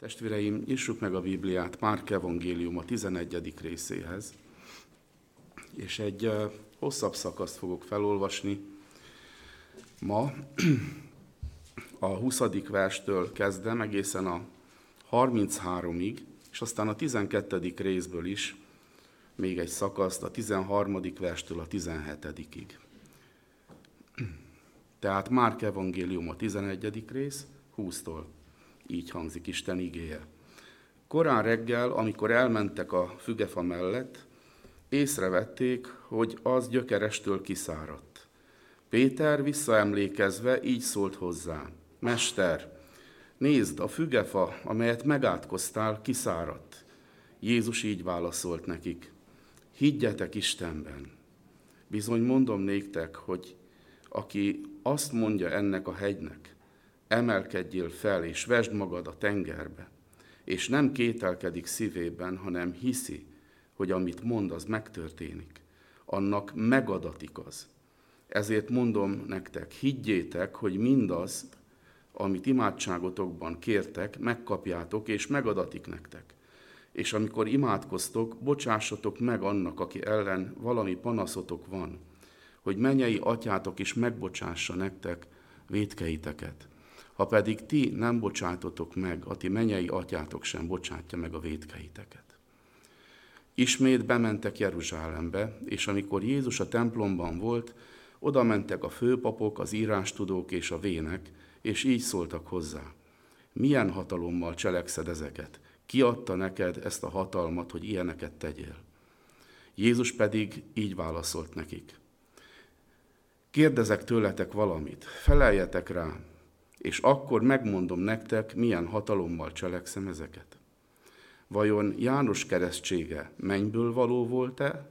Testvéreim, nyissuk meg a Bibliát Márk evangélium a 11. részéhez, és egy hosszabb szakaszt fogok felolvasni ma. A 20. verstől kezdem egészen a 33-ig, és aztán a 12. részből is még egy szakaszt, a 13. verstől a 17-ig. Tehát Márk evangélium a 11. rész, 20-tól. Így hangzik Isten igéje. Korán reggel, amikor elmentek a fügefa mellett, észrevették, hogy az gyökerestől kiszáradt. Péter visszaemlékezve így szólt hozzá: Mester, nézd, a fügefa, amelyet megátkoztál, kiszáradt. Jézus így válaszolt nekik: Higgyetek Istenben. Bizony mondom néktek, hogy aki azt mondja ennek a hegynek, emelkedjél fel, és vesd magad a tengerbe, és nem kételkedik szívében, hanem hiszi, hogy amit mond, az megtörténik, annak megadatik az. Ezért mondom nektek, higgyétek, hogy mindaz, amit imádságotokban kértek, megkapjátok, és megadatik nektek. És amikor imádkoztok, bocsássatok meg annak, aki ellen valami panaszotok van, hogy mennyei atyátok is megbocsássa nektek vétkeiteket. Ha pedig ti nem bocsátotok meg, a ti mennyei atyátok sem bocsátja meg a vétkeiteket. Ismét bementek Jeruzsálembe, és amikor Jézus a templomban volt, oda mentek a főpapok, az írástudók és a vének, és így szóltak hozzá: milyen hatalommal cselekszed ezeket? Ki adta neked ezt a hatalmat, hogy ilyeneket tegyél? Jézus pedig így válaszolt nekik: kérdezek tőletek valamit, feleljetek rá, és akkor megmondom nektek, milyen hatalommal cselekszem ezeket. Vajon János keresztsége mennyből való volt-e,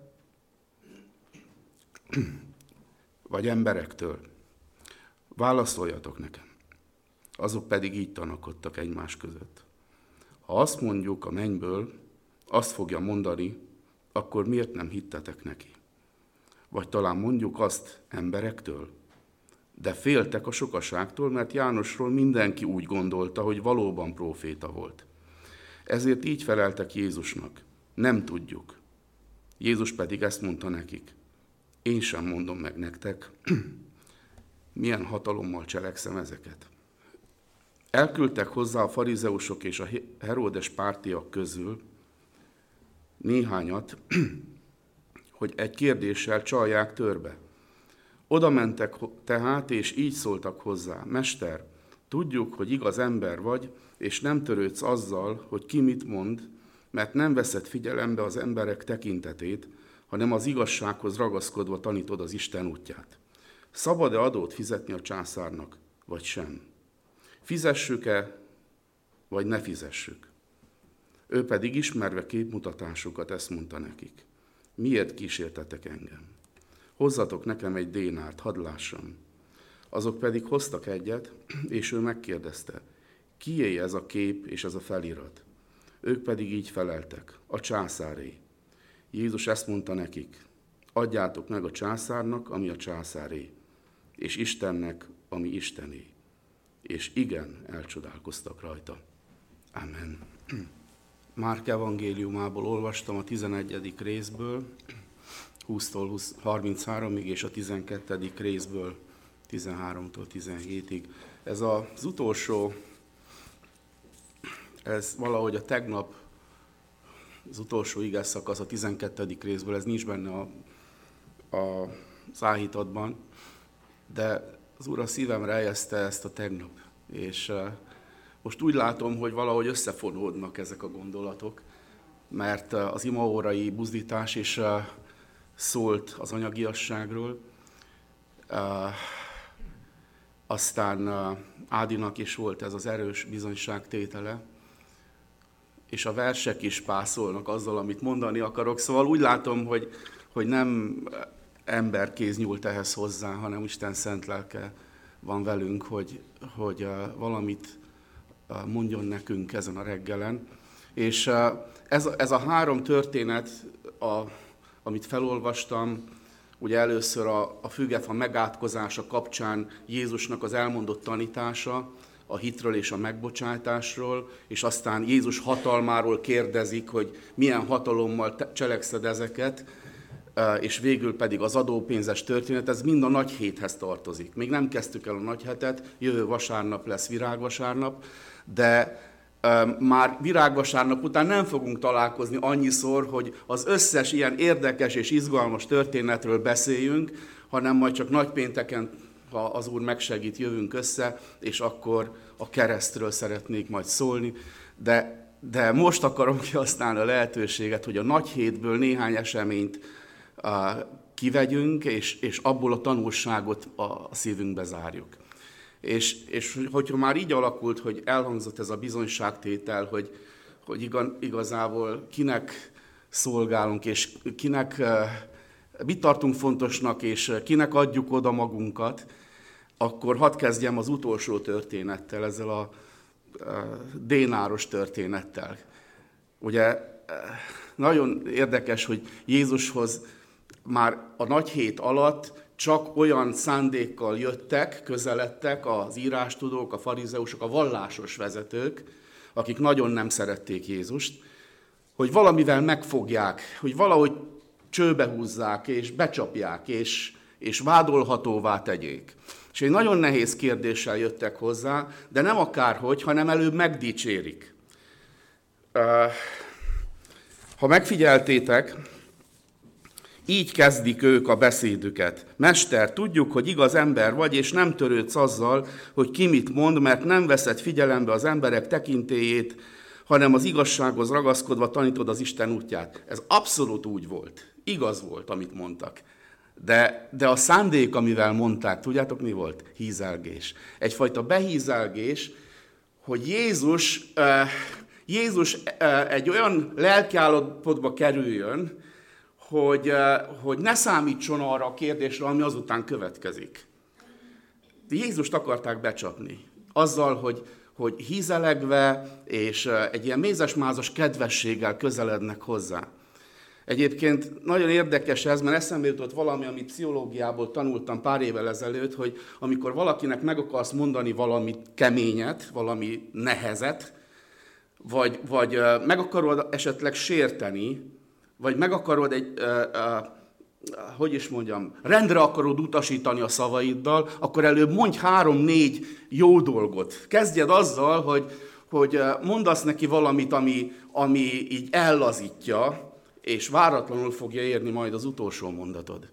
vagy emberektől? Válaszoljatok nekem. Azok pedig így tanakodtak egymás között. Ha azt mondjuk a mennyből, azt fogja mondani, akkor miért nem hittetek neki? Vagy talán mondjuk azt emberektől? De féltek a sokaságtól, mert Jánosról mindenki úgy gondolta, hogy valóban próféta volt. Ezért így feleltek Jézusnak: nem tudjuk. Jézus pedig ezt mondta nekik: én sem mondom meg nektek, milyen hatalommal cselekszem ezeket. Elküldtek hozzá a farizeusok és a Heródes pártiak közül néhányat, hogy egy kérdéssel csalják törbe. Oda mentek tehát, és így szóltak hozzá: Mester, tudjuk, hogy igaz ember vagy, és nem törődsz azzal, hogy ki mit mond, mert nem veszed figyelembe az emberek tekintetét, hanem az igazsághoz ragaszkodva tanítod az Isten útját. Szabad-e adót fizetni a császárnak, vagy sem? Fizessük-e, vagy ne fizessük? Ő pedig ismerve képmutatásukat ezt mondta nekik: miért kísértetek engem? Hozzatok nekem egy dénárt, hadd lássam. Azok pedig hoztak egyet, és ő megkérdezte: kié ez a kép és ez a felirat? Ők pedig így feleltek: a császáré. Jézus ezt mondta nekik: adjátok meg a császárnak, ami a császáré, és Istennek, ami Istené. És igen, elcsodálkoztak rajta. Amen. Márk evangéliumából olvastam a 11. részből, 20-tól 33-ig, és a 12. részből 13-tól 17-ig. Ez az utolsó, ez valahogy a tegnap, az utolsó igeszakasz a 12. részből, ez nincs benne az áhítatban, de az Úr a szívemre helyezte ezt a tegnap. És most úgy látom, hogy valahogy összefonódnak ezek a gondolatok, mert az imaórai buzdítás is szólt az anyagiasságról, aztán Ádinak is volt ez az erős bizonyságtétele, és a versek is pászolnak azzal, amit mondani akarok. Szóval úgy látom, hogy nem emberkéz nyúlt ehhez hozzá, hanem Isten szent lelke van velünk, hogy valamit mondjon nekünk ezen a reggelen. És ez a három történet, amit felolvastam, ugye először a fügefa megátkozása kapcsán Jézusnak az elmondott tanítása, a hitről és a megbocsátásról, és aztán Jézus hatalmáról kérdezik, hogy milyen hatalommal cselekszed ezeket, és végül pedig az adópénzes történet, ez mind a nagy héthez tartozik. Még nem kezdtük el a nagy hetet, jövő vasárnap lesz virágvasárnap, de már virágvasárnap után nem fogunk találkozni annyiszor, hogy az összes ilyen érdekes és izgalmas történetről beszéljünk, hanem majd csak nagypénteken, ha az Úr megsegít, jövünk össze, és akkor a keresztről szeretnék majd szólni. De most akarom kihasználni a lehetőséget, hogy a nagy hétből néhány eseményt kivegyünk, és abból a tanulságot a szívünkbe zárjuk. És hogyha már így alakult, hogy elhangzott ez a bizonyságtétel, hogy igazából kinek szolgálunk, és kinek mit tartunk fontosnak, és kinek adjuk oda magunkat, akkor hadd kezdjem az utolsó történettel, ezzel a dénáros történettel. Ugye nagyon érdekes, hogy Jézushoz már a nagy hét alatt csak olyan szándékkal jöttek, közeledtek az írástudók, a farizeusok, a vallásos vezetők, akik nagyon nem szerették Jézust, hogy valamivel megfogják, hogy valahogy csőbe húzzák, és becsapják, és vádolhatóvá tegyék. És egy nagyon nehéz kérdéssel jöttek hozzá, de nem akárhogy, hanem előbb megdicsérik. Ha megfigyeltétek, így kezdik ők a beszédüket. Mester, tudjuk, hogy igaz ember vagy, és nem törődsz azzal, hogy ki mit mond, mert nem veszed figyelembe az emberek tekintélyét, hanem az igazsághoz ragaszkodva tanítod az Isten útját. Ez abszolút úgy volt. Igaz volt, amit mondtak. De a szándék, amivel mondták, tudjátok mi volt? Hízelgés. Egyfajta behízelgés, hogy Jézus egy olyan lelkiállapotba kerüljön, hogy ne számítson arra a kérdésre, ami azután következik. Jézust akarták becsapni. Azzal, hogy hízelegve és egy ilyen mézesmázas kedvességgel közelednek hozzá. Egyébként nagyon érdekes ez, mert eszembe jutott valami, amit pszichológiából tanultam pár évvel ezelőtt, hogy amikor valakinek meg akarsz mondani valami keményet, valami nehezet, vagy meg akarod esetleg sérteni, vagy meg akarod rendre akarod utasítani a szavaiddal, akkor előbb mondj 3-4 jó dolgot. Kezdjed azzal, hogy mondasz neki valamit, ami így ellazítja, és váratlanul fogja érni majd az utolsó mondatod.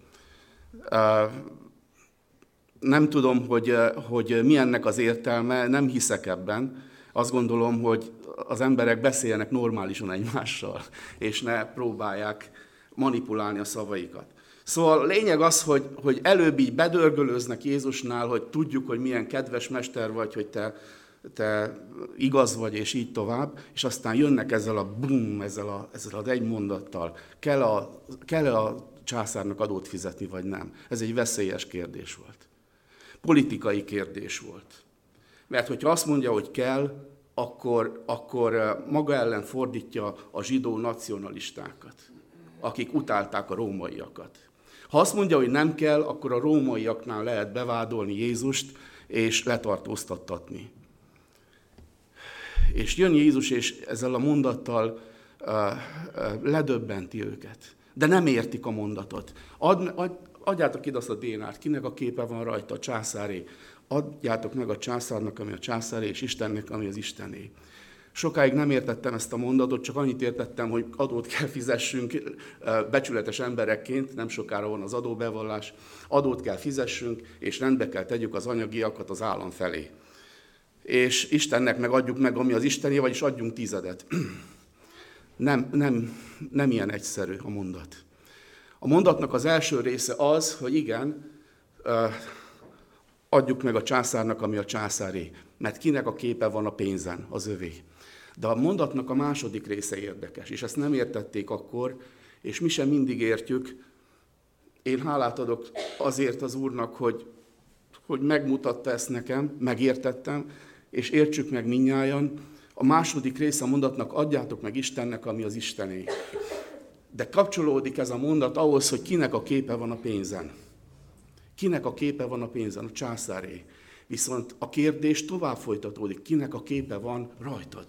Nem tudom, hogy mi ennek az értelme, nem hiszek ebben. Azt gondolom, hogy az emberek beszéljenek normálisan egymással, és ne próbálják manipulálni a szavaikat. Szóval a lényeg az, hogy előbb így bedörgölőznek Jézusnál, hogy tudjuk, hogy milyen kedves mester vagy, hogy te igaz vagy, és így tovább, és aztán jönnek ezzel az egy mondattal. Kell-e a császárnak adót fizetni, vagy nem? Ez egy veszélyes kérdés volt. Politikai kérdés volt. Mert hogyha azt mondja, hogy kell, akkor maga ellen fordítja a zsidó nacionalistákat, akik utálták a rómaiakat. Ha azt mondja, hogy nem kell, akkor a rómaiaknál lehet bevádolni Jézust, és letartóztattatni. És jön Jézus, és ezzel a mondattal ledöbbenti őket. De nem értik a mondatot. Adjátok ide azt a dénárt, kinek a képe van rajta, a császáré. Adjátok meg a császárnak, ami a császáré, és Istennek, ami az Istené. Sokáig nem értettem ezt a mondatot, csak annyit értettem, hogy adót kell fizessünk becsületes emberekként, nem sokára van az adóbevallás, adót kell fizessünk, és rendbe kell tegyük az anyagiakat az állam felé. És Istennek meg adjuk meg, ami az Istené, vagyis adjunk 10. Nem ilyen egyszerű a mondat. A mondatnak az első része az, hogy igen, adjuk meg a császárnak, ami a császáré, mert kinek a képe van a pénzen, az övé. De a mondatnak a második része érdekes, és ezt nem értették akkor, és mi sem mindig értjük. Én hálát adok azért az Úrnak, hogy megmutatta ezt nekem, megértettem, és értsük meg mindnyájan. A második része a mondatnak adjátok meg Istennek, ami az Istené. De kapcsolódik ez a mondat ahhoz, hogy kinek a képe van a pénzen. Kinek a képe van a pénzen? A császáré. Viszont a kérdés tovább folytatódik, kinek a képe van rajtad.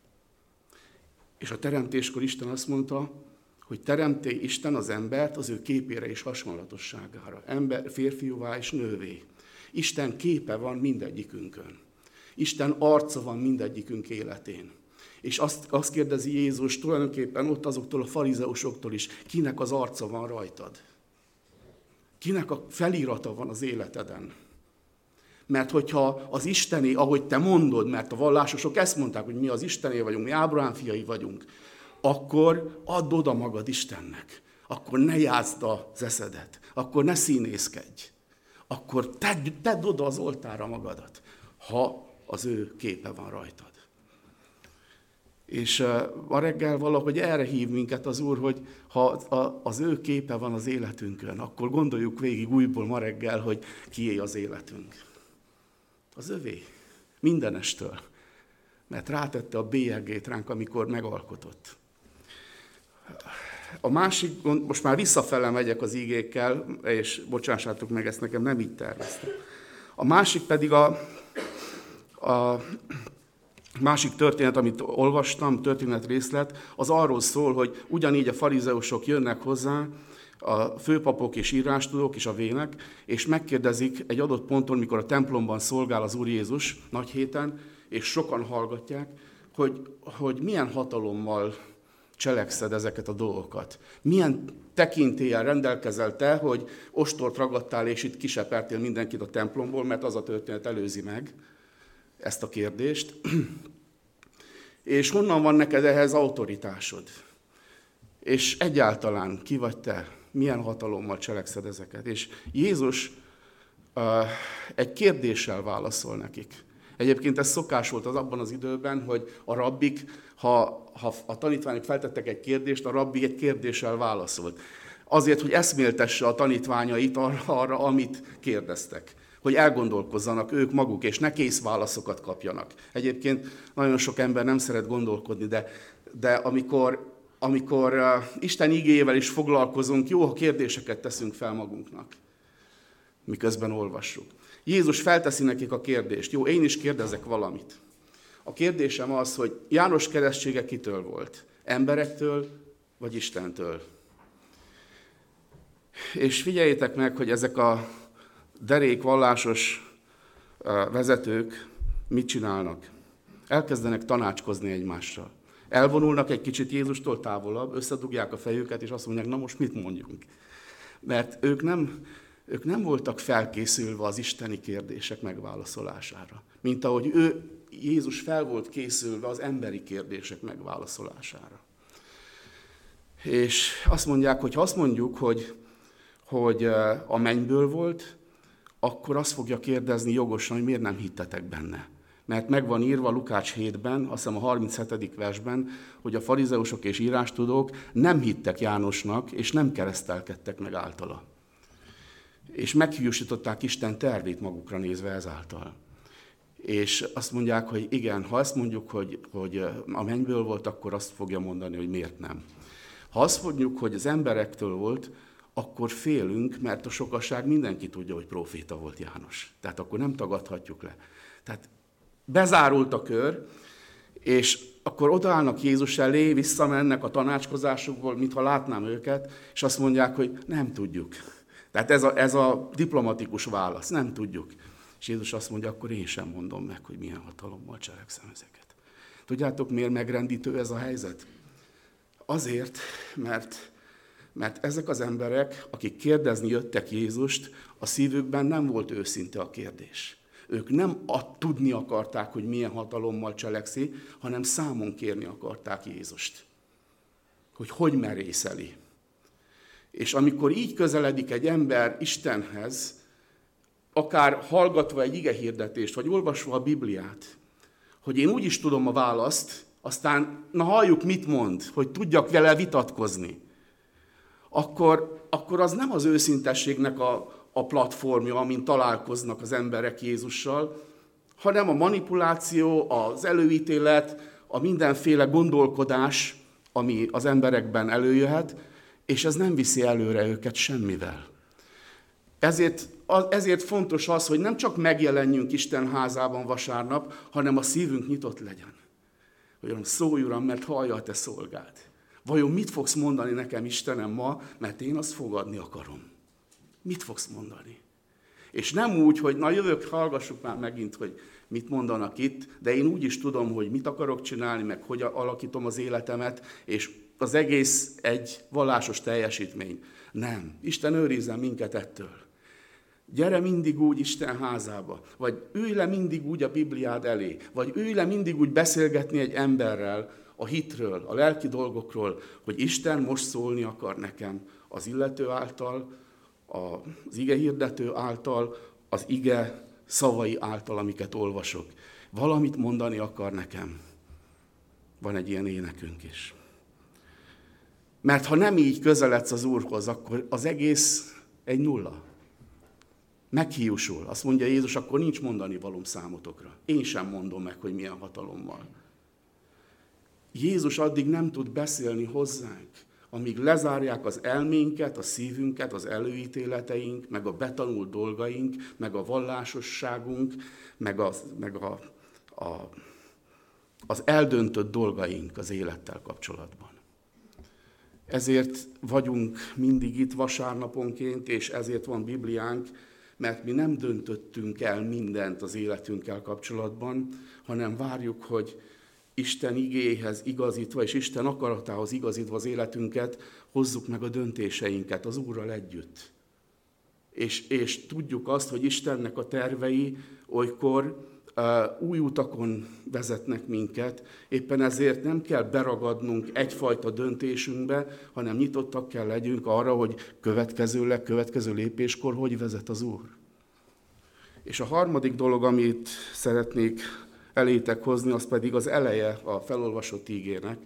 És a teremtéskor Isten azt mondta, hogy teremté Isten az embert az ő képére és hasonlatosságára. Ember, férfiúvá és nővé. Isten képe van mindegyikünkön. Isten arca van mindegyikünk életén. És azt kérdezi Jézus tulajdonképpen ott azoktól a farizeusoktól is, kinek az arca van rajtad? Kinek a felirata van az életeden? Mert hogyha az Istené, ahogy te mondod, mert a vallásosok ezt mondták, hogy mi az Istené vagyunk, mi Ábrahám fiai vagyunk, akkor add oda magad Istennek. Akkor ne játszd az eszedet. Akkor ne színészkedj. Akkor tedd oda az oltárra magadat, ha az ő képe van rajtad. És ma reggel valahogy erre hív minket az Úr, hogy ha az ő képe van az életünkön, akkor gondoljuk végig újból ma reggel, hogy kié az életünk. Az övé. Mindenestől. Mert rátette a bélyegét ránk, amikor megalkotott. A másik, most már visszafele megyek az igékkel, és bocsássátok meg, ezt nekem nem így terveztem. A másik pedig a másik történet, amit olvastam, történetrészlet, az arról szól, hogy ugyanígy a farizeusok jönnek hozzá, a főpapok és írástudók és a vének, és megkérdezik egy adott ponton, mikor a templomban szolgál az Úr Jézus nagy héten, és sokan hallgatják, hogy milyen hatalommal cselekszed ezeket a dolgokat. Milyen tekintéllyel rendelkezel te, hogy ostort ragadtál, és itt kisepertél mindenkit a templomból, mert az a történet előzi meg ezt a kérdést. És honnan van neked ehhez autoritásod? És egyáltalán ki vagy te? Milyen hatalommal cselekszed ezeket? És Jézus egy kérdéssel válaszol nekik. Egyébként ez szokás volt az abban az időben, hogy a rabbik, ha a tanítványok feltettek egy kérdést, a rabbi egy kérdéssel válaszolt. Azért, hogy eszméltesse a tanítványait arra, amit kérdeztek. Hogy elgondolkozzanak ők maguk, és ne kész válaszokat kapjanak. Egyébként nagyon sok ember nem szeret gondolkodni, de amikor Isten igéjével is foglalkozunk, jó, ha kérdéseket teszünk fel magunknak, miközben olvassuk. Jézus felteszi nekik a kérdést. Jó, én is kérdezek valamit. A kérdésem az, hogy János keresztsége kitől volt? Emberektől, vagy Istentől? És figyeljétek meg, hogy ezek a derék vallásos vezetők mit csinálnak? Elkezdenek tanácskozni egymással. Elvonulnak egy kicsit Jézustól távolabb, összedugják a fejüket, és azt mondják, na most mit mondjunk? Mert ők nem voltak felkészülve az isteni kérdések megválaszolására. Mint ahogy Jézus fel volt készülve az emberi kérdések megválaszolására. És azt mondják, hogy ha azt mondjuk, hogy a mennyből volt, akkor azt fogja kérdezni jogosan, hogy miért nem hittetek benne. Mert meg van írva Lukács 7-ben, azt hiszem a 37. versben, hogy a farizeusok és írástudók nem hittek Jánosnak, és nem keresztelkedtek meg általa. És meghiúsították Isten tervét magukra nézve ezáltal. És azt mondják, hogy igen, ha azt mondjuk, hogy a mennyből volt, akkor azt fogja mondani, hogy miért nem. Ha azt mondjuk, hogy az emberektől volt, akkor félünk, mert a sokaság mindenki tudja, hogy próféta volt János. Tehát akkor nem tagadhatjuk le. Tehát bezárult a kör, és akkor odaállnak Jézus elé, visszamennek a tanácskozásukból, mintha látnám őket, és azt mondják, hogy nem tudjuk. Tehát ez a diplomatikus válasz, nem tudjuk. És Jézus azt mondja, akkor én sem mondom meg, hogy milyen hatalommal cselekszem ezeket. Tudjátok, miért megrendítő ez a helyzet? Azért, mert ezek az emberek, akik kérdezni jöttek Jézust, a szívükben nem volt őszinte a kérdés. Ők nem tudni akarták, hogy milyen hatalommal cselekszi, hanem számon kérni akarták Jézust. Hogy merészeli. És amikor így közeledik egy ember Istenhez, akár hallgatva egy igehirdetést, vagy olvasva a Bibliát, hogy én úgy is tudom a választ, aztán na halljuk, mit mond, hogy tudjak vele vitatkozni, akkor az nem az őszintességnek a platformja, amin találkoznak az emberek Jézussal, hanem a manipuláció, az előítélet, a mindenféle gondolkodás, ami az emberekben előjöhet, és ez nem viszi előre őket semmivel. Ezért ezért fontos az, hogy nem csak megjelenjünk Isten házában vasárnap, hanem a szívünk nyitott legyen. Hogy Uram, szólj Uram, mert hallja a te szolgád. Vajon mit fogsz mondani nekem Istenem ma, mert én azt fogadni akarom. Mit fogsz mondani? És nem úgy, hogy na jövök, hallgassuk már megint, hogy mit mondanak itt, de én úgy is tudom, hogy mit akarok csinálni, meg hogy alakítom az életemet, és az egész egy vallásos teljesítmény. Nem. Isten őrizzen minket ettől. Gyere mindig úgy Isten házába, vagy ülj le mindig úgy a Bibliád elé, vagy ülj le mindig úgy beszélgetni egy emberrel a hitről, a lelki dolgokról, hogy Isten most szólni akar nekem az illető által, az ige hirdető által, az ige szavai által, amiket olvasok. Valamit mondani akar nekem. Van egy ilyen énekünk is. Mert ha nem így közeledsz az Úrhoz, akkor az egész egy nulla. Meghiúsul. Azt mondja Jézus, akkor nincs mondani valóm számotokra. Én sem mondom meg, hogy milyen hatalommal. Jézus addig nem tud beszélni hozzánk, amíg lezárják az elménket, a szívünket, az előítéleteink, meg a betanult dolgaink, meg a vallásosságunk, meg az eldöntött dolgaink az élettel kapcsolatban. Ezért vagyunk mindig itt vasárnaponként, és ezért van Bibliánk, mert mi nem döntöttünk el mindent az életünkkel kapcsolatban, hanem várjuk, hogy Isten igéhez igazítva, és Isten akaratához igazítva az életünket, hozzuk meg a döntéseinket az Úrral együtt. És tudjuk azt, hogy Istennek a tervei olykor új utakon vezetnek minket, éppen ezért nem kell beragadnunk egyfajta döntésünkbe, hanem nyitottak kell legyünk arra, hogy következő lépéskor hogy vezet az Úr. És a harmadik dolog, amit szeretnék elétek hozni, az pedig az eleje a felolvasott ígének.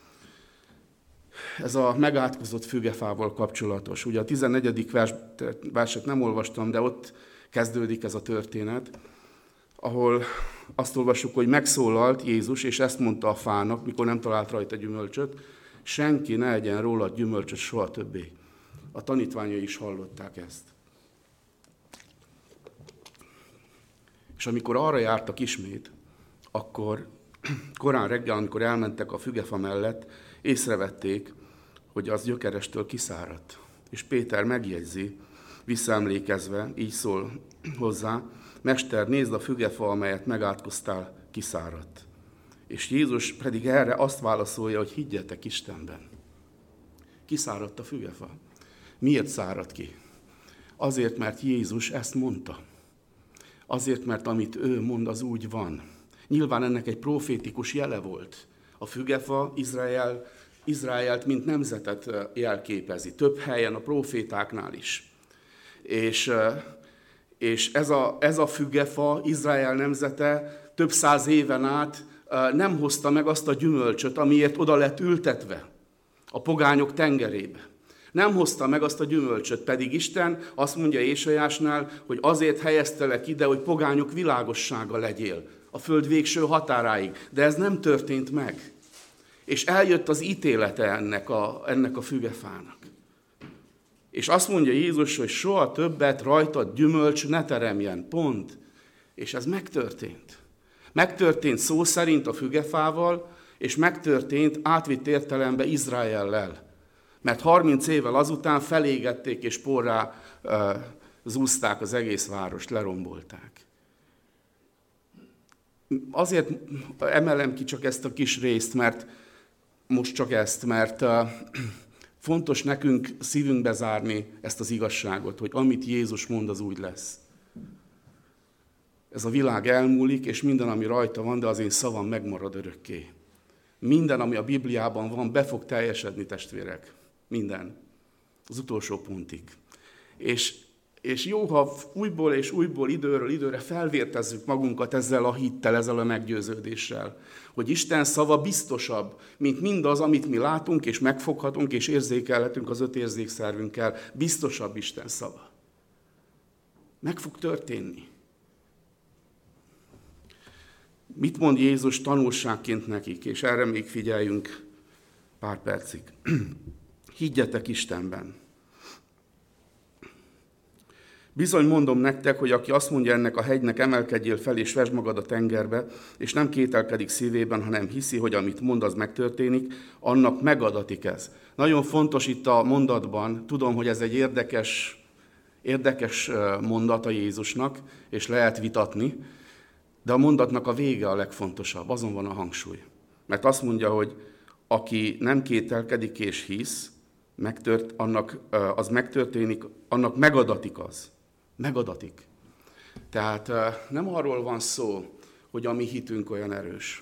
Ez a megátkozott fügefával kapcsolatos. Ugye a 14. verset nem olvastam, de ott kezdődik ez a történet, ahol azt olvassuk, hogy megszólalt Jézus, és ezt mondta a fának, mikor nem talált rajta gyümölcsöt, senki ne egyen róla gyümölcsöt soha többé. A tanítványai is hallották ezt. És amikor arra jártak ismét, akkor korán reggel, amikor elmentek a fügefa mellett, észrevették, hogy az gyökerestől kiszáradt. És Péter megjegyzi, visszaemlékezve, így szól hozzá, Mester, nézd, a fügefa, amelyet megátkoztál, kiszáradt. És Jézus pedig erre azt válaszolja, hogy higgyetek Istenben. Kiszáradt a fügefa. Miért száradt ki? Azért, mert Jézus ezt mondta. Azért, mert amit ő mond, az úgy van. Nyilván ennek egy profétikus jele volt. A fügefa Izraelt, mint nemzetet jelképezi. Több helyen, a profétáknál is. És ez a fügefa, Izrael nemzete több száz éven át nem hozta meg azt a gyümölcsöt, amiért oda lett ültetve a pogányok tengerébe. Nem hozta meg azt a gyümölcsöt, pedig Isten azt mondja Ézsaiásnál, hogy azért helyeztelek ide, hogy pogányok világossága legyél a föld végső határáig. De ez nem történt meg. És eljött az ítélete ennek a fügefának. És azt mondja Jézus, hogy soha többet rajtad gyümölcs ne teremjen. Pont. És ez megtörtént. Megtörtént szó szerint a fügefával, és megtörtént átvitt értelemben Izraellel. Mert 30 évvel azután felégették, és porrá zúzták az egész várost, lerombolták. Azért emelem ki csak ezt a kis részt, mert fontos nekünk szívünkbe zárni ezt az igazságot, hogy amit Jézus mond, az úgy lesz. Ez a világ elmúlik, és minden, ami rajta van, de az én szavam megmarad örökké. Minden, ami a Bibliában van, be fog teljesedni, testvérek. Minden. Az utolsó pontig. És jó, ha újból és újból, időről időre felvértezzük magunkat ezzel a hittel, ezzel a meggyőződéssel, hogy Isten szava biztosabb, mint mindaz, amit mi látunk, és megfoghatunk, és érzékelhetünk az 5 érzékszervünkkel. Biztosabb Isten szava. Meg fog történni. Mit mond Jézus tanulságként nekik, és erre még figyeljünk pár percig. Higgyetek Istenben. Bizony mondom nektek, hogy aki azt mondja ennek a hegynek, emelkedjél fel és vesd magad a tengerbe, és nem kételkedik szívében, hanem hiszi, hogy amit mond, az megtörténik, annak megadatik ez. Nagyon fontos itt a mondatban, tudom, hogy ez egy érdekes mondata Jézusnak, és lehet vitatni, de a mondatnak a vége a legfontosabb, azon van a hangsúly. Mert azt mondja, hogy aki nem kételkedik és hisz, az megtörténik, annak megadatik az. Megadatik. Tehát nem arról van szó, hogy a mi hitünk olyan erős,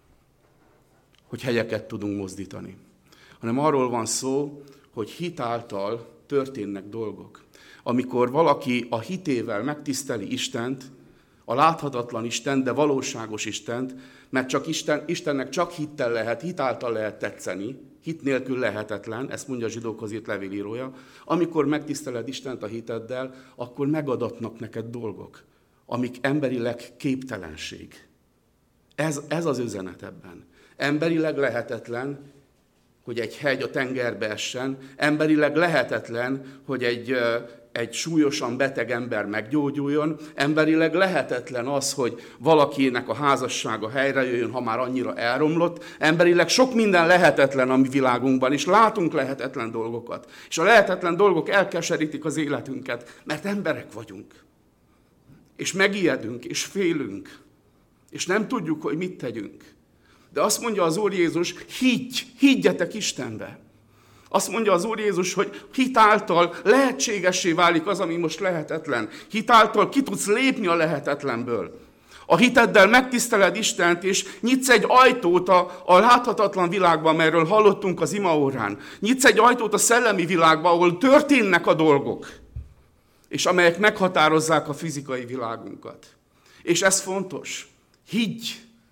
hogy hegyeket tudunk mozdítani, hanem arról van szó, hogy hit által történnek dolgok. Amikor valaki a hitével megtiszteli Istent, a láthatatlan Istent, de valóságos Istent, mert csak Istennek csak hittel lehet, hit által lehet tetszeni, hit nélkül lehetetlen, ezt mondja a zsidókhoz írt levélírója. Amikor megtiszteled Istent a hiteddel, akkor megadatnak neked dolgok, amik emberileg képtelenség. Ez az üzenet ebben. Emberileg lehetetlen, hogy egy hegy a tengerbe essen, emberileg lehetetlen, hogy egy súlyosan beteg ember meggyógyuljon, emberileg lehetetlen az, hogy valakinek a házassága helyrejöjjön, ha már annyira elromlott, emberileg sok minden lehetetlen a mi világunkban, és látunk lehetetlen dolgokat. És a lehetetlen dolgok elkeserítik az életünket, mert emberek vagyunk. És megijedünk, és félünk, és nem tudjuk, hogy mit tegyünk. De azt mondja az Úr Jézus, higgyetek Istenbe. Azt mondja az Úr Jézus, hogy hit által lehetségessé válik az, ami most lehetetlen. Hit által ki tudsz lépni a lehetetlenből. A hiteddel megtiszteled Istent, és nyitsz egy ajtót a láthatatlan világba, amelyről hallottunk az imaórán. Nyitsz egy ajtót a szellemi világba, ahol történnek a dolgok, és amelyek meghatározzák a fizikai világunkat. És ez fontos. Higgy!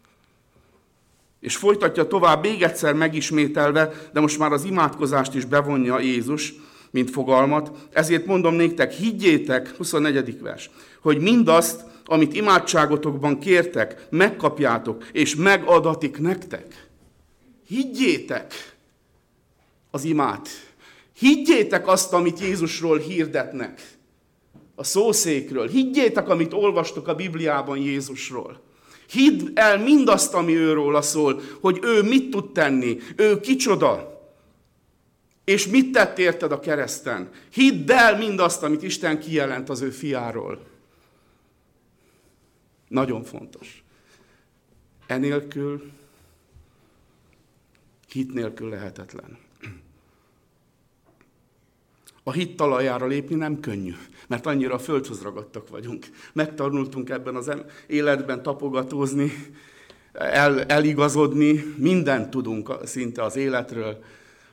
És folytatja tovább, még egyszer megismételve, de most már az imádkozást is bevonja Jézus, mint fogalmat. Ezért mondom néktek, higgyétek, 24. vers, hogy mindazt, amit imádságotokban kértek, megkapjátok, és megadatik nektek. Higgyétek az imát. Higgyétek azt, amit Jézusról hirdetnek, a szószékről. Higgyétek, amit olvastok a Bibliában Jézusról. Hidd el mindazt, ami őróla szól, hogy ő mit tud tenni, ő kicsoda, és mit tett érted a kereszten. Hidd el mindazt, amit Isten kijelent az ő fiáról. Nagyon fontos. Enélkül, hit nélkül lehetetlen. A hit talajára lépni nem könnyű, mert annyira a földhöz ragadtak vagyunk. Megtanultunk ebben az életben tapogatózni, eligazodni, mindent tudunk szinte az életről.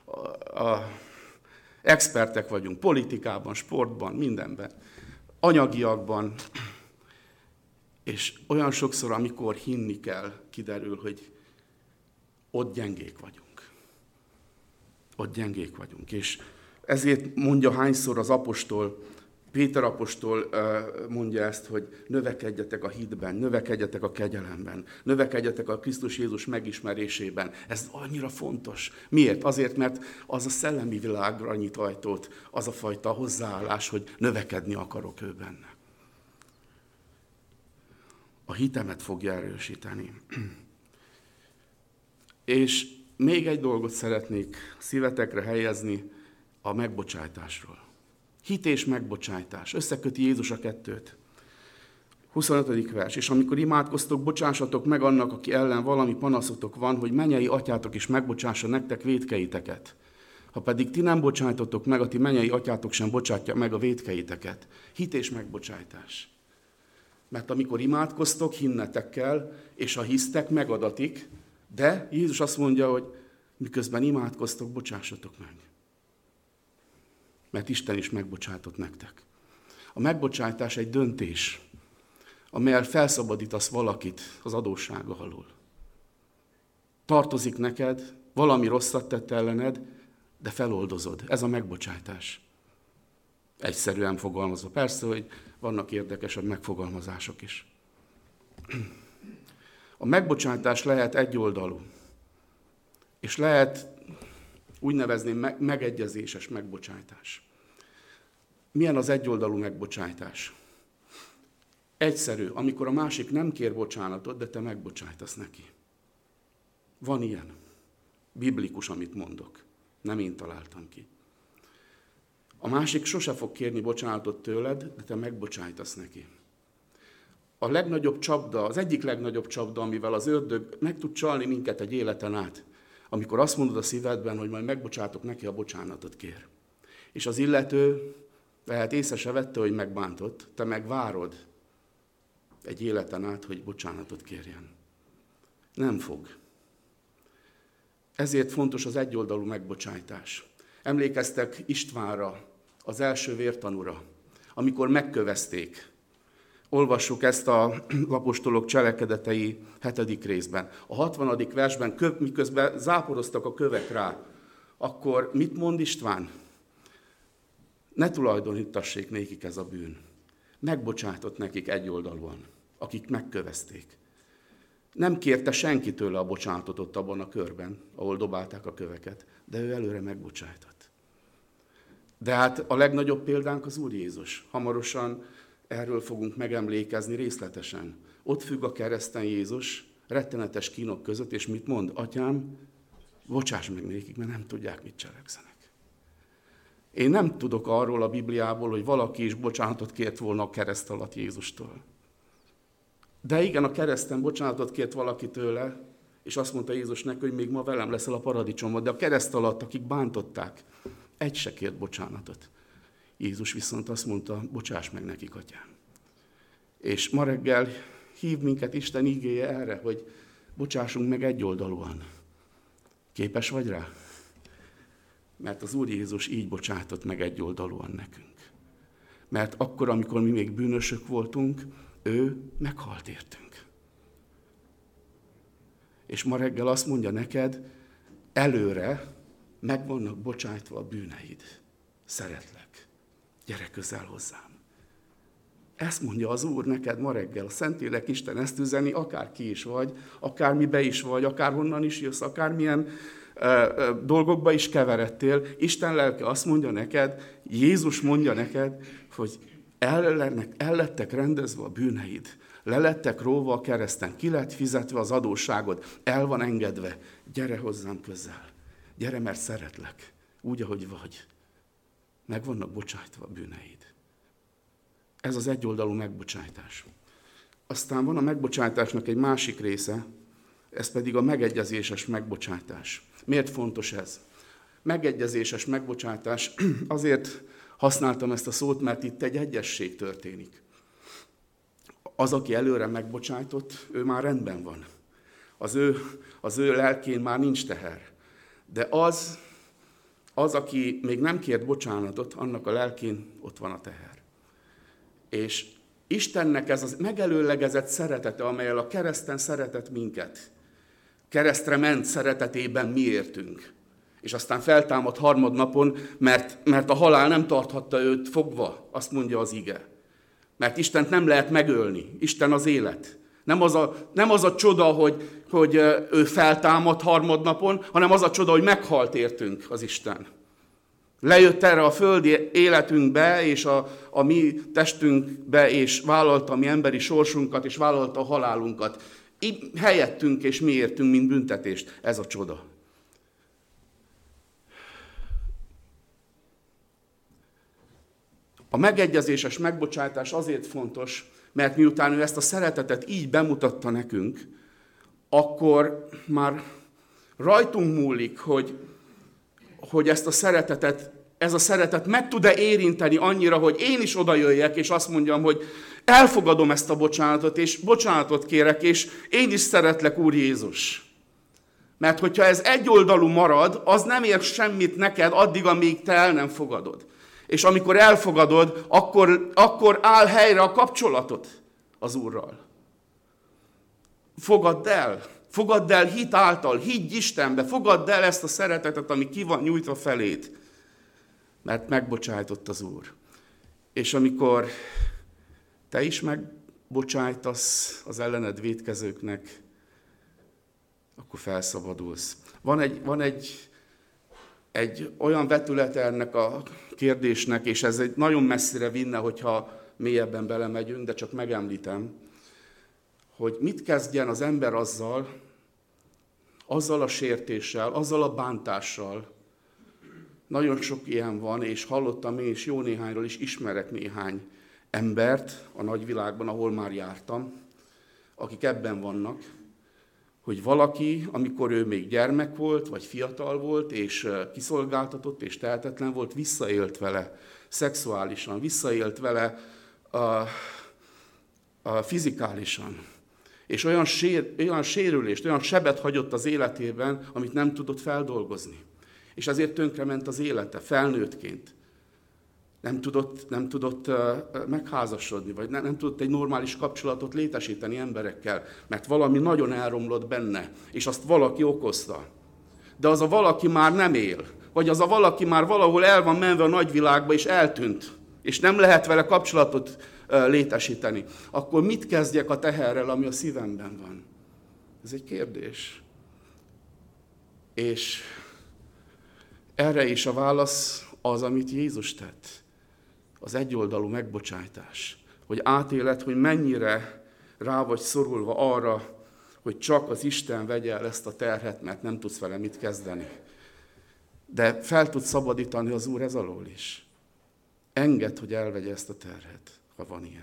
Expertek vagyunk politikában, sportban, mindenben, anyagiakban. És olyan sokszor, amikor hinni kell, kiderül, hogy ott gyengék vagyunk. Ott gyengék vagyunk. És ezért mondja hányszor az apostol, Péter apostol mondja ezt, hogy növekedjetek a hitben, növekedjetek a kegyelemben, növekedjetek a Krisztus Jézus megismerésében. Ez annyira fontos. Miért? Azért, mert az a szellemi világra nyit ajtót, az a fajta hozzáállás, hogy növekedni akarok ő benne. A hitemet fogja erősíteni. És még egy dolgot szeretnék szívetekre helyezni a megbocsájtásról. Hit és megbocsájtás. Összeköti Jézus a kettőt. 25. vers. És amikor imádkoztok, bocsássatok meg annak, aki ellen valami panaszotok van, hogy mennyei atyátok is megbocsássa nektek vétkeiteket. Ha pedig ti nem bocsájtotok meg, a ti mennyei atyátok sem bocsátja meg a vétkeiteket. Hit és megbocsájtás. Mert amikor imádkoztok, hinnetek kell, és ha hisztek, megadatik, de Jézus azt mondja, hogy miközben imádkoztok, bocsássatok meg. Mert Isten is megbocsátott nektek. A megbocsátás egy döntés, amelyel felszabadítasz valakit az adóssága alól. Tartozik neked, valami rosszat tett ellened, de feloldozod. Ez a megbocsátás. Egyszerűen fogalmazva. Persze, hogy vannak érdekesebb megfogalmazások is. A megbocsátás lehet egyoldalú, és lehet úgy nevezném megegyezéses megbocsátás. Milyen az egyoldalú megbocsájtás? Egyszerű, amikor a másik nem kér bocsánatot, de te megbocsájtasz neki. Van ilyen. Biblikus, amit mondok. Nem én találtam ki. A másik sose fog kérni bocsánatot tőled, de te megbocsájtasz neki. A legnagyobb csapda, az egyik legnagyobb csapda, amivel az ördög meg tud csalni minket egy életen át, amikor azt mondod a szívedben, hogy majd megbocsátok neki, ha bocsánatot kér. És az illető lehet észre se vette, hogy megbántott, te meg várod egy életen át, hogy bocsánatot kérjen. Nem fog. Ezért fontos az egyoldalú megbocsájtás. Emlékeztek Istvánra, az első vértanúra, amikor megkövezték. Olvassuk ezt a apostolok cselekedetei 7. részben. A 60. versben, miközben záporoztak a kövek rá, akkor mit mond István? Ne tulajdonítassék nékik ez a bűn. Megbocsátott nekik egyoldalúan, akik megkövezték. Nem kérte senki tőle a bocsánatot ott abban a körben, ahol dobálták a köveket, de ő előre megbocsájtott. De hát a legnagyobb példánk az Úr Jézus. Hamarosan erről fogunk megemlékezni részletesen. Ott függ a kereszten Jézus, rettenetes kínok között, és mit mond? Atyám, bocsáss meg nékik, mert nem tudják, mit cselekszenek. Én nem tudok arról a Bibliából, hogy valaki is bocsánatot kért volna a kereszt alatt Jézustól. De igen, a kereszten bocsánatot kért valaki tőle, és azt mondta Jézus neki, hogy még ma velem leszel a paradicsomban, de a kereszt alatt, akik bántották, egy se kért bocsánatot. Jézus viszont azt mondta, bocsáss meg nekik, atyám. És ma reggel hív minket Isten igéje erre, hogy bocsássunk meg egyoldalúan. Képes vagy rá? Mert az Úr Jézus így bocsátott meg egyoldalúan nekünk. Mert akkor, amikor mi még bűnösök voltunk, ő meghalt értünk. És ma reggel azt mondja neked, előre meg vannak bocsájtva a bűneid. Szeretlek. Gyere közel hozzám. Ezt mondja az Úr neked ma reggel. A Szentlélek Isten ezt üzeni, akár ki is vagy, akár mibe is vagy, akár honnan is jössz, akármilyen dolgokba is keveredtél. Isten lelke azt mondja neked, Jézus mondja neked, hogy el lettek rendezve a bűneid. Le lettek róva a kereszten, ki lett fizetve az adósságod, el van engedve. Gyere hozzám közel. Gyere, mert szeretlek, úgy, ahogy vagy. Meg vannak bocsájtva a bűneid. Ez az egyoldalú megbocsájtás. Aztán van a megbocsátásnak egy másik része, ez pedig a megegyezéses megbocsátás. Miért fontos ez? Megegyezéses megbocsátás, azért használtam ezt a szót, mert itt egy egyesség történik. Az, aki előre megbocsájtott, ő már rendben van. Az ő lelkén már nincs teher. De az, aki még nem kért bocsánatot, annak a lelkén ott van a teher. És Istennek ez az megelőlegezett szeretete, amellyel a kereszten szeretett minket. Keresztre ment szeretetében mi értünk. És aztán feltámad harmadnapon, mert a halál nem tarthatta őt fogva, azt mondja az ige. Mert Istent nem lehet megölni. Isten az élet. Nem az a csoda, hogy ő feltámad harmadnapon, hanem az a csoda, hogy meghalt értünk az Isten. Lejött erre a földi életünkbe, és a mi testünkbe, és vállalta a mi emberi sorsunkat, és vállalta a halálunkat. Helyettünk, és mi értünk, mint büntetést. Ez a csoda. A megegyezéses megbocsátás azért fontos, mert miután ő ezt a szeretetet így bemutatta nekünk, akkor már rajtunk múlik, hogy ezt a szeretetet, ez a szeretet meg tud-e érinteni annyira, hogy én is odajöjjek, és azt mondjam, hogy elfogadom ezt a bocsánatot, és bocsánatot kérek, és én is szeretlek, Úr Jézus. Mert hogyha ez egyoldalú marad, az nem ér semmit neked addig, amíg te el nem fogadod. És amikor elfogadod, akkor áll helyre a kapcsolatod az Úrral. Fogadd el hit által, higgy Istenbe, fogadd el ezt a szeretetet, ami ki van nyújtva feléd. Mert megbocsájtott az Úr. És amikor te is megbocsájtasz az ellened vétkezőknek, akkor felszabadulsz. Van egy egy olyan vetülete ennek a kérdésnek, és ez egy nagyon messzire vinne, hogyha mélyebben belemegyünk, de csak megemlítem, hogy mit kezdjen az ember azzal a sértéssel, azzal a bántással. Nagyon sok ilyen van, és hallottam én is jó néhányról, is ismerek néhány embert a nagyvilágban, ahol már jártam, akik ebben vannak, hogy valaki, amikor ő még gyermek volt, vagy fiatal volt, és kiszolgáltatott, és tehetetlen volt, visszaélt vele szexuálisan, visszaélt vele fizikálisan. És olyan sérülést, olyan sebet hagyott az életében, amit nem tudott feldolgozni. És ezért tönkrement az élete, felnőttként. Nem tudott megházasodni, vagy nem tudott egy normális kapcsolatot létesíteni emberekkel, mert valami nagyon elromlott benne, és azt valaki okozta. De az a valaki már nem él, vagy az a valaki már valahol el van menve a nagyvilágba, és eltűnt, és nem lehet vele kapcsolatot létesíteni. Akkor mit kezdjek a teherrel, ami a szívemben van? Ez egy kérdés. És erre is a válasz az, amit Jézus tett. Az egyoldalú megbocsájtás. Hogy átéled, hogy mennyire rá vagy szorulva arra, hogy csak az Isten vegye el ezt a terhet, mert nem tudsz vele mit kezdeni. De fel tudsz szabadítani az Úr ez alól is. Engedd, hogy elvegye ezt a terhet, ha van ilyen.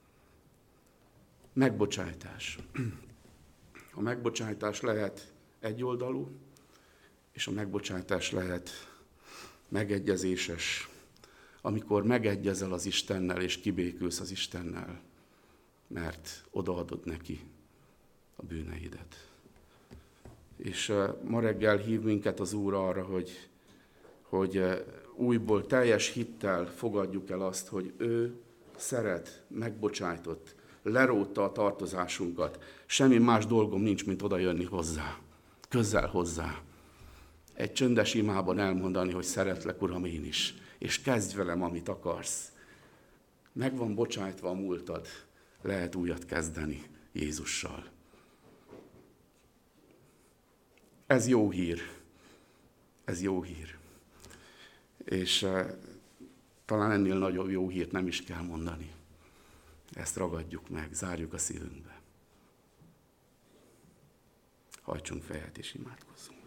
Megbocsájtás. A megbocsájtás lehet egyoldalú, és a megbocsájtás lehet megegyezéses, amikor megegyezel az Istennel, és kibékülsz az Istennel, mert odaadod neki a bűneidet. És ma reggel hív minket az Úr arra, hogy újból teljes hittel fogadjuk el azt, hogy ő szeret, megbocsájtott, lerótta a tartozásunkat. Semmi más dolgom nincs, mint oda jönni hozzá, közel hozzá. Egy csöndes imában elmondani, hogy szeretlek, Uram, én is, és kezdj velem, amit akarsz. Meg van bocsájtva a múltad, lehet újat kezdeni Jézussal. Ez jó hír. Ez jó hír. És talán ennél nagyobb jó hírt nem is kell mondani. Ezt ragadjuk meg, zárjuk a szívünkbe. Hajtsunk fejet és imádkozzunk.